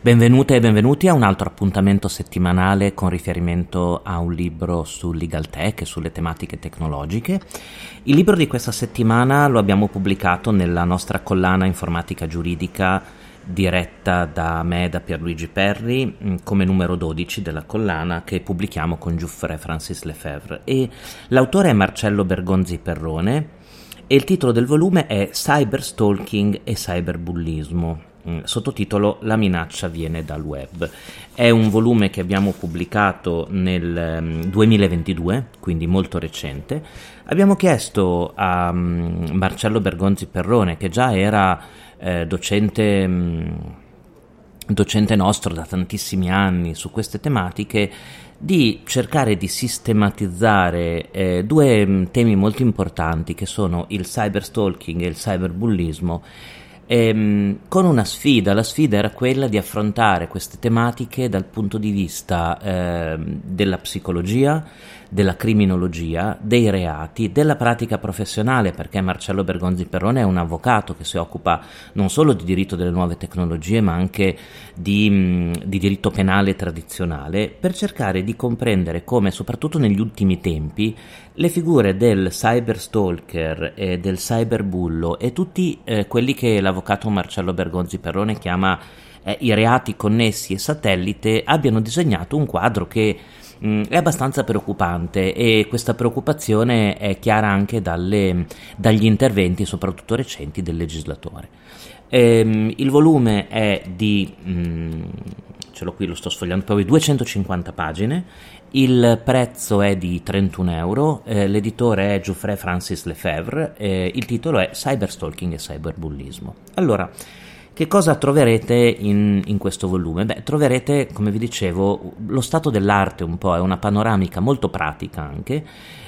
Benvenute e benvenuti a un altro appuntamento settimanale con riferimento a un libro sul legal tech e sulle tematiche tecnologiche. Il libro di questa settimana lo abbiamo pubblicato nella nostra collana Informatica Giuridica diretta da me, da Pierluigi Perri, come numero 12 della collana che pubblichiamo con Geoffrey Francis Lefebvre, e l'autore è Marcello Bergonzi Perrone e il titolo del volume è Cyberstalking e cyberbullismo. Sottotitolo La minaccia viene dal web. È un volume che abbiamo pubblicato nel 2022, quindi molto recente. Abbiamo chiesto a Marcello Bergonzi Perrone, che già era docente nostro da tantissimi anni su queste tematiche, di cercare di sistematizzare due temi molto importanti che sono il cyberstalking e il cyberbullismo, con una sfida. La sfida era quella di affrontare queste tematiche dal punto di vista della psicologia, della criminologia, dei reati, della pratica professionale, perché Marcello Bergonzi Perrone è un avvocato che si occupa non solo di diritto delle nuove tecnologie ma anche di diritto penale tradizionale, per cercare di comprendere come, soprattutto negli ultimi tempi, le figure del cyberstalker e del cyberbullo e tutti quelli che l'avvocato Marcello Bergonzi Perrone chiama i reati connessi e satellite abbiano disegnato un quadro che è abbastanza preoccupante, e questa preoccupazione è chiara anche dagli interventi, soprattutto recenti, del legislatore. Il volume è di, ce l'ho qui, lo sto sfogliando proprio, 250 pagine, il prezzo è di 31 euro, l'editore è Geoffrey Francis Lefebvre, il titolo è Cyberstalking e cyberbullismo. Allora, che cosa troverete in questo volume? Beh, troverete, come vi dicevo, lo stato dell'arte un po', è una panoramica molto pratica anche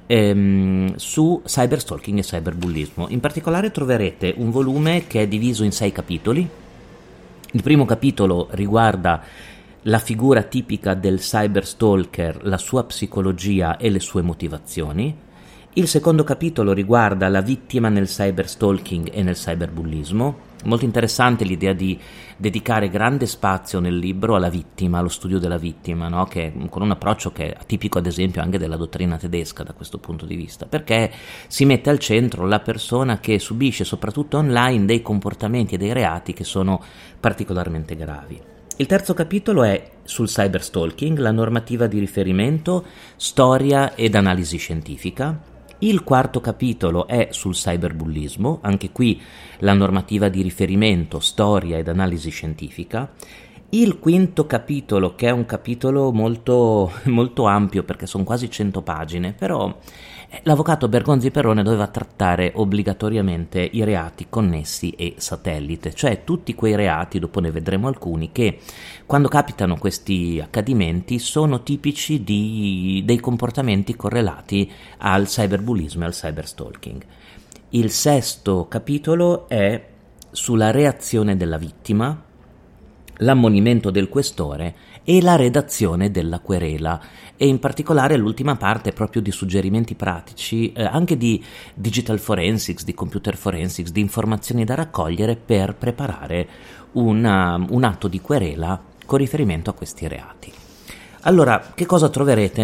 su cyberstalking e cyberbullismo. In particolare troverete un volume che è diviso in 6 capitoli. Il primo capitolo riguarda la figura tipica del cyberstalker, la sua psicologia e le sue motivazioni. Il secondo capitolo riguarda la vittima nel cyberstalking e nel cyberbullismo. Molto interessante l'idea di dedicare grande spazio nel libro alla vittima, allo studio della vittima, no? Che, con un approccio che è tipico ad esempio anche della dottrina tedesca da questo punto di vista, perché si mette al centro la persona che subisce soprattutto online dei comportamenti e dei reati che sono particolarmente gravi. Il terzo capitolo è sul cyberstalking, la normativa di riferimento, storia ed analisi scientifica. Il quarto capitolo è sul cyberbullismo, anche qui la normativa di riferimento, storia ed analisi scientifica. Il quinto capitolo, che è un capitolo molto, molto ampio perché sono quasi 100 pagine, però l'avvocato Bergonzi Perrone doveva trattare obbligatoriamente i reati connessi e satellite, cioè tutti quei reati, dopo ne vedremo alcuni, che quando capitano questi accadimenti sono tipici dei comportamenti correlati al cyberbullismo e al cyberstalking. Il sesto capitolo è sulla reazione della vittima, l'ammonimento del questore e la redazione della querela, e in particolare l'ultima parte proprio di suggerimenti pratici, anche di digital forensics, di computer forensics, di informazioni da raccogliere per preparare un atto di querela con riferimento a questi reati. Allora, che cosa troverete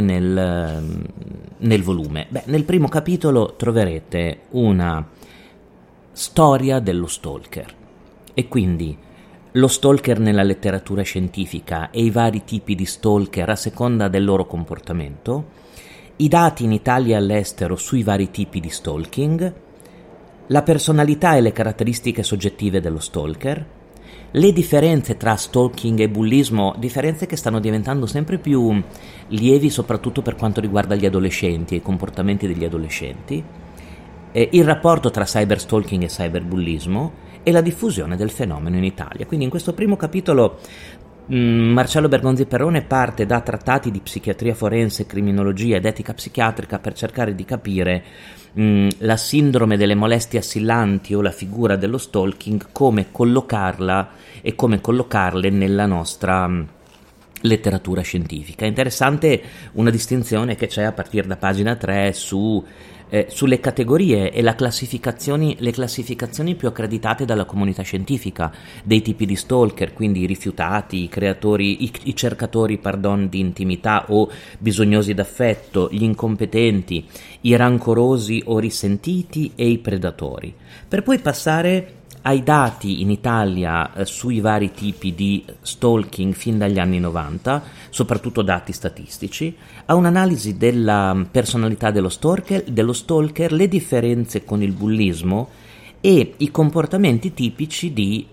nel volume? Beh, nel primo capitolo troverete una storia dello stalker, e quindi lo stalker nella letteratura scientifica e i vari tipi di stalker a seconda del loro comportamento, i dati in Italia e all'estero sui vari tipi di stalking, la personalità e le caratteristiche soggettive dello stalker, le differenze tra stalking e bullismo, differenze che stanno diventando sempre più lievi soprattutto per quanto riguarda gli adolescenti e i comportamenti degli adolescenti, il rapporto tra cyberstalking e cyberbullismo e la diffusione del fenomeno in Italia. Quindi in questo primo capitolo Marcello Bergonzi Perrone parte da trattati di psichiatria forense, criminologia ed etica psichiatrica per cercare di capire la sindrome delle molestie assillanti o la figura dello stalking, come collocarla e come collocarle nella nostra letteratura scientifica. È interessante una distinzione che c'è a partire da pagina 3 sulle categorie e le classificazioni più accreditate dalla comunità scientifica dei tipi di stalker, quindi i rifiutati, i creatori, i cercatori, di intimità o bisognosi d'affetto, gli incompetenti, i rancorosi o risentiti e i predatori, per poi passare ai dati in Italia sui vari tipi di stalking fin dagli anni 90, soprattutto dati statistici, a un'analisi della personalità dello stalker, le differenze con il bullismo e i comportamenti tipici di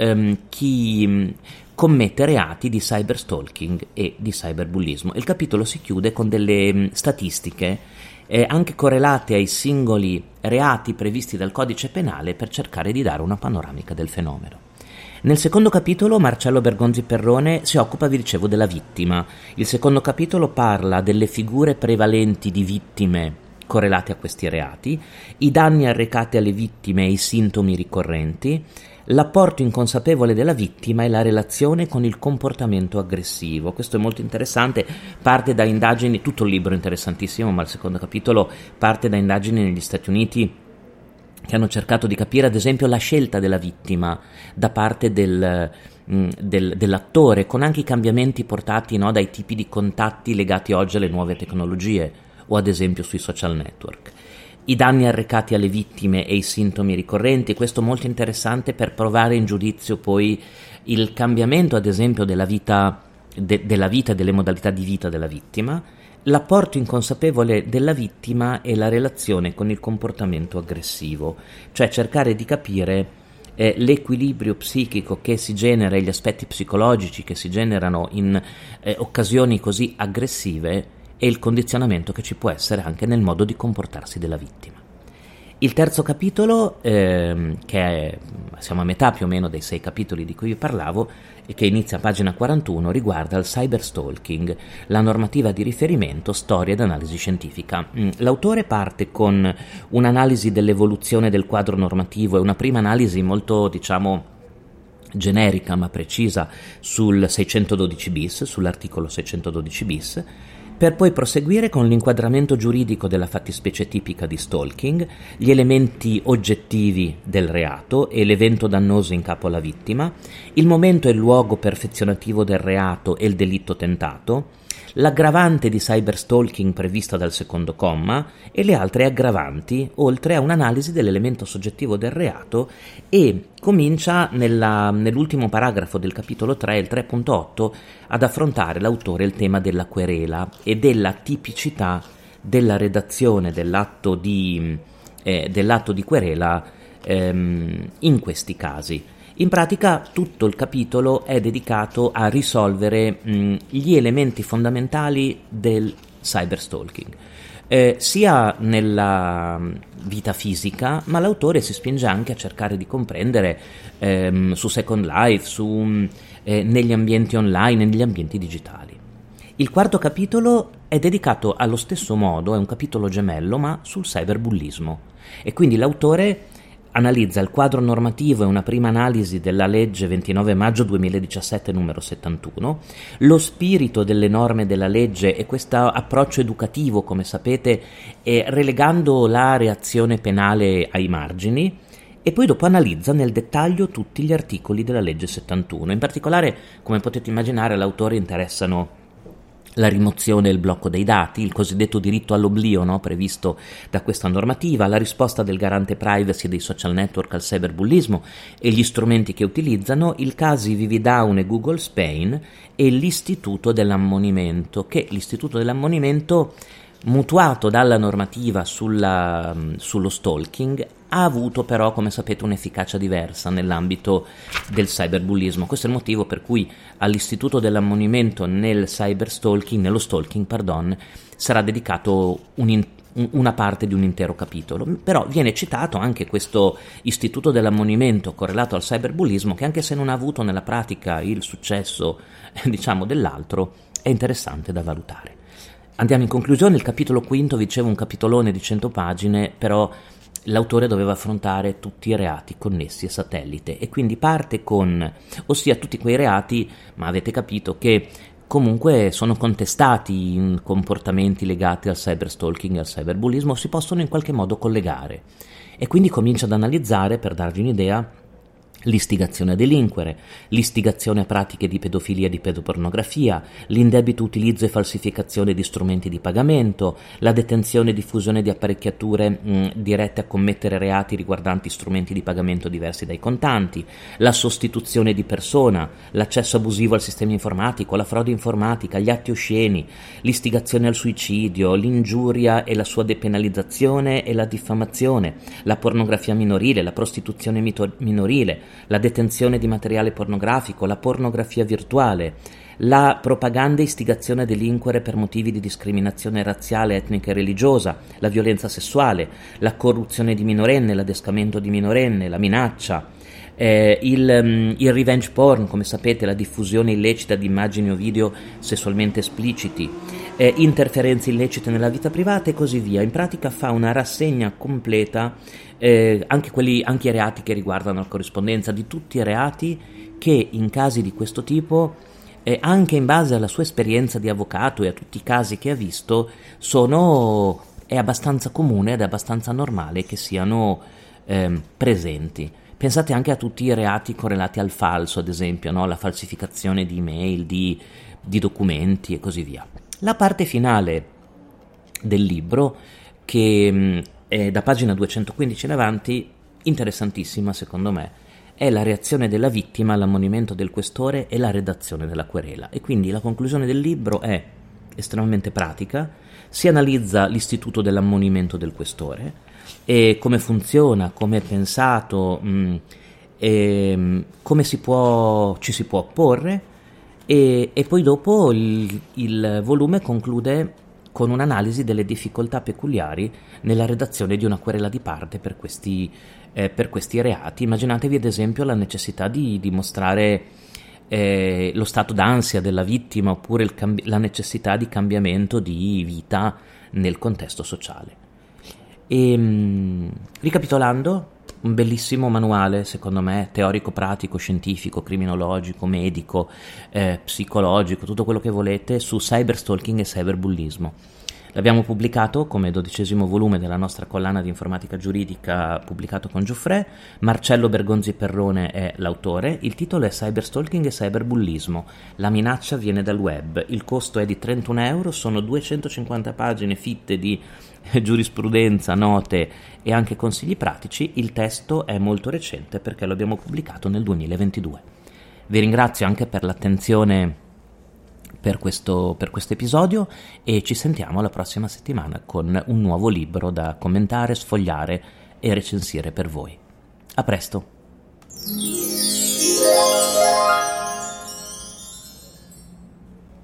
chi commette reati di cyberstalking e di cyberbullismo. Il capitolo si chiude con delle statistiche anche correlate ai singoli reati previsti dal codice penale per cercare di dare una panoramica del fenomeno. Nel secondo capitolo Marcello Bergonzi Perrone si occupa, vi dicevo, della vittima. Il secondo capitolo parla delle figure prevalenti di vittime correlate a questi reati, i danni arrecati alle vittime e i sintomi ricorrenti, l'apporto inconsapevole della vittima e la relazione con il comportamento aggressivo. Questo è molto interessante, parte da indagini, tutto il libro è interessantissimo, ma il secondo capitolo parte da indagini negli Stati Uniti che hanno cercato di capire, ad esempio, la scelta della vittima da parte dell'attore, con anche i cambiamenti portati, no, dai tipi di contatti legati oggi alle nuove tecnologie o ad esempio sui social network. I danni arrecati alle vittime e i sintomi ricorrenti, questo molto interessante per provare in giudizio poi il cambiamento, ad esempio, della vita e delle modalità di vita della vittima, l'apporto inconsapevole della vittima e la relazione con il comportamento aggressivo, cioè cercare di capire l'equilibrio psichico che si genera e gli aspetti psicologici che si generano in occasioni così aggressive e il condizionamento che ci può essere anche nel modo di comportarsi della vittima. Il terzo capitolo, siamo a metà più o meno dei 6 capitoli di cui vi parlavo, e che inizia a pagina 41, riguarda il cyberstalking, la normativa di riferimento, storia ed analisi scientifica. L'autore parte con un'analisi dell'evoluzione del quadro normativo e una prima analisi molto, generica ma precisa sul 612 bis, sull'articolo 612 bis, per poi proseguire con l'inquadramento giuridico della fattispecie tipica di stalking, gli elementi oggettivi del reato e l'evento dannoso in capo alla vittima, il momento e il luogo perfezionativo del reato e il delitto tentato, l'aggravante di cyberstalking prevista dal secondo comma e le altre aggravanti, oltre a un'analisi dell'elemento soggettivo del reato, e comincia nell'ultimo paragrafo del capitolo 3, il 3.8, ad affrontare l'autore il tema della querela e della tipicità della redazione dell'atto di querela in questi casi. In pratica tutto il capitolo è dedicato a risolvere gli elementi fondamentali del cyberstalking, sia nella vita fisica, ma l'autore si spinge anche a cercare di comprendere su Second Life, negli ambienti online e negli ambienti digitali. Il quarto capitolo è dedicato allo stesso modo, è un capitolo gemello, ma sul cyberbullismo, e quindi l'autore analizza il quadro normativo e una prima analisi della legge 29 maggio 2017 numero 71, lo spirito delle norme della legge e questo approccio educativo, come sapete, relegando la reazione penale ai margini, e poi dopo analizza nel dettaglio tutti gli articoli della legge 71. In particolare, come potete immaginare, all'autore interessano la rimozione e il blocco dei dati, il cosiddetto diritto all'oblio, no, previsto da questa normativa, la risposta del garante privacy dei social network al cyberbullismo e gli strumenti che utilizzano, il caso Vivi Down e Google Spain e l'istituto dell'ammonimento, mutuato dalla normativa sullo stalking, ha avuto però, come sapete, un'efficacia diversa nell'ambito del cyberbullismo. Questo è il motivo per cui all'istituto dell'ammonimento nello stalking, sarà dedicato una parte di un intero capitolo. Però viene citato anche questo istituto dell'ammonimento correlato al cyberbullismo, che anche se non ha avuto nella pratica il successo, dell'altro, è interessante da valutare. Andiamo in conclusione. Il capitolo quinto, vi dicevo, un capitolone di 100 pagine, però l'autore doveva affrontare tutti i reati connessi a satellite e quindi parte ossia tutti quei reati, ma avete capito che comunque sono contestati in comportamenti legati al cyberstalking e al cyberbullismo, si possono in qualche modo collegare. E quindi comincia ad analizzare, per darvi un'idea, l'istigazione a delinquere, l'istigazione a pratiche di pedofilia e di pedopornografia, l'indebito utilizzo e falsificazione di strumenti di pagamento, la detenzione e diffusione di apparecchiature dirette a commettere reati riguardanti strumenti di pagamento diversi dai contanti, la sostituzione di persona, l'accesso abusivo al sistema informatico, la frode informatica, gli atti osceni, l'istigazione al suicidio, l'ingiuria e la sua depenalizzazione e la diffamazione, la pornografia minorile, la prostituzione minorile, la detenzione di materiale pornografico, la pornografia virtuale, la propaganda e istigazione a delinquere per motivi di discriminazione razziale, etnica e religiosa, la violenza sessuale, la corruzione di minorenne, l'adescamento di minorenne, la minaccia, il revenge porn, come sapete, la diffusione illecita di immagini o video sessualmente espliciti, interferenze illecite nella vita privata e così via. In pratica fa una rassegna completa, anche i reati che riguardano la corrispondenza, di tutti i reati che in casi di questo tipo, anche in base alla sua esperienza di avvocato e a tutti i casi che ha visto, è abbastanza comune ed è abbastanza normale che siano presenti. Pensate anche a tutti i reati correlati al falso, ad esempio, no? La falsificazione di email, di documenti e così via. La parte finale del libro, che è da pagina 215 in avanti, interessantissima secondo me, è la reazione della vittima all'ammonimento del questore e la redazione della querela. E quindi la conclusione del libro è estremamente pratica, si analizza l'istituto dell'ammonimento del questore, e come funziona, come è pensato, come ci si può opporre, e poi dopo il volume conclude con un'analisi delle difficoltà peculiari nella redazione di una querela di parte per questi reati. Immaginatevi ad esempio la necessità di dimostrare lo stato d'ansia della vittima, oppure la necessità di cambiamento di vita nel contesto sociale. Ricapitolando, un bellissimo manuale, secondo me, teorico-pratico, scientifico, criminologico, medico, psicologico, tutto quello che volete, su cyberstalking e cyberbullismo. L'abbiamo pubblicato come 12° volume della nostra collana di informatica giuridica, pubblicato con Giuffre. Marcello Bergonzi Perrone è l'autore. Il titolo è Cyberstalking e cyberbullismo. La minaccia viene dal web. Il costo è di 31 euro, sono 250 pagine fitte di giurisprudenza, note e anche consigli pratici. Il testo è molto recente perché lo abbiamo pubblicato nel 2022. Vi ringrazio anche per l'attenzione per questo episodio e ci sentiamo la prossima settimana con un nuovo libro da commentare, sfogliare e recensire per voi. A presto!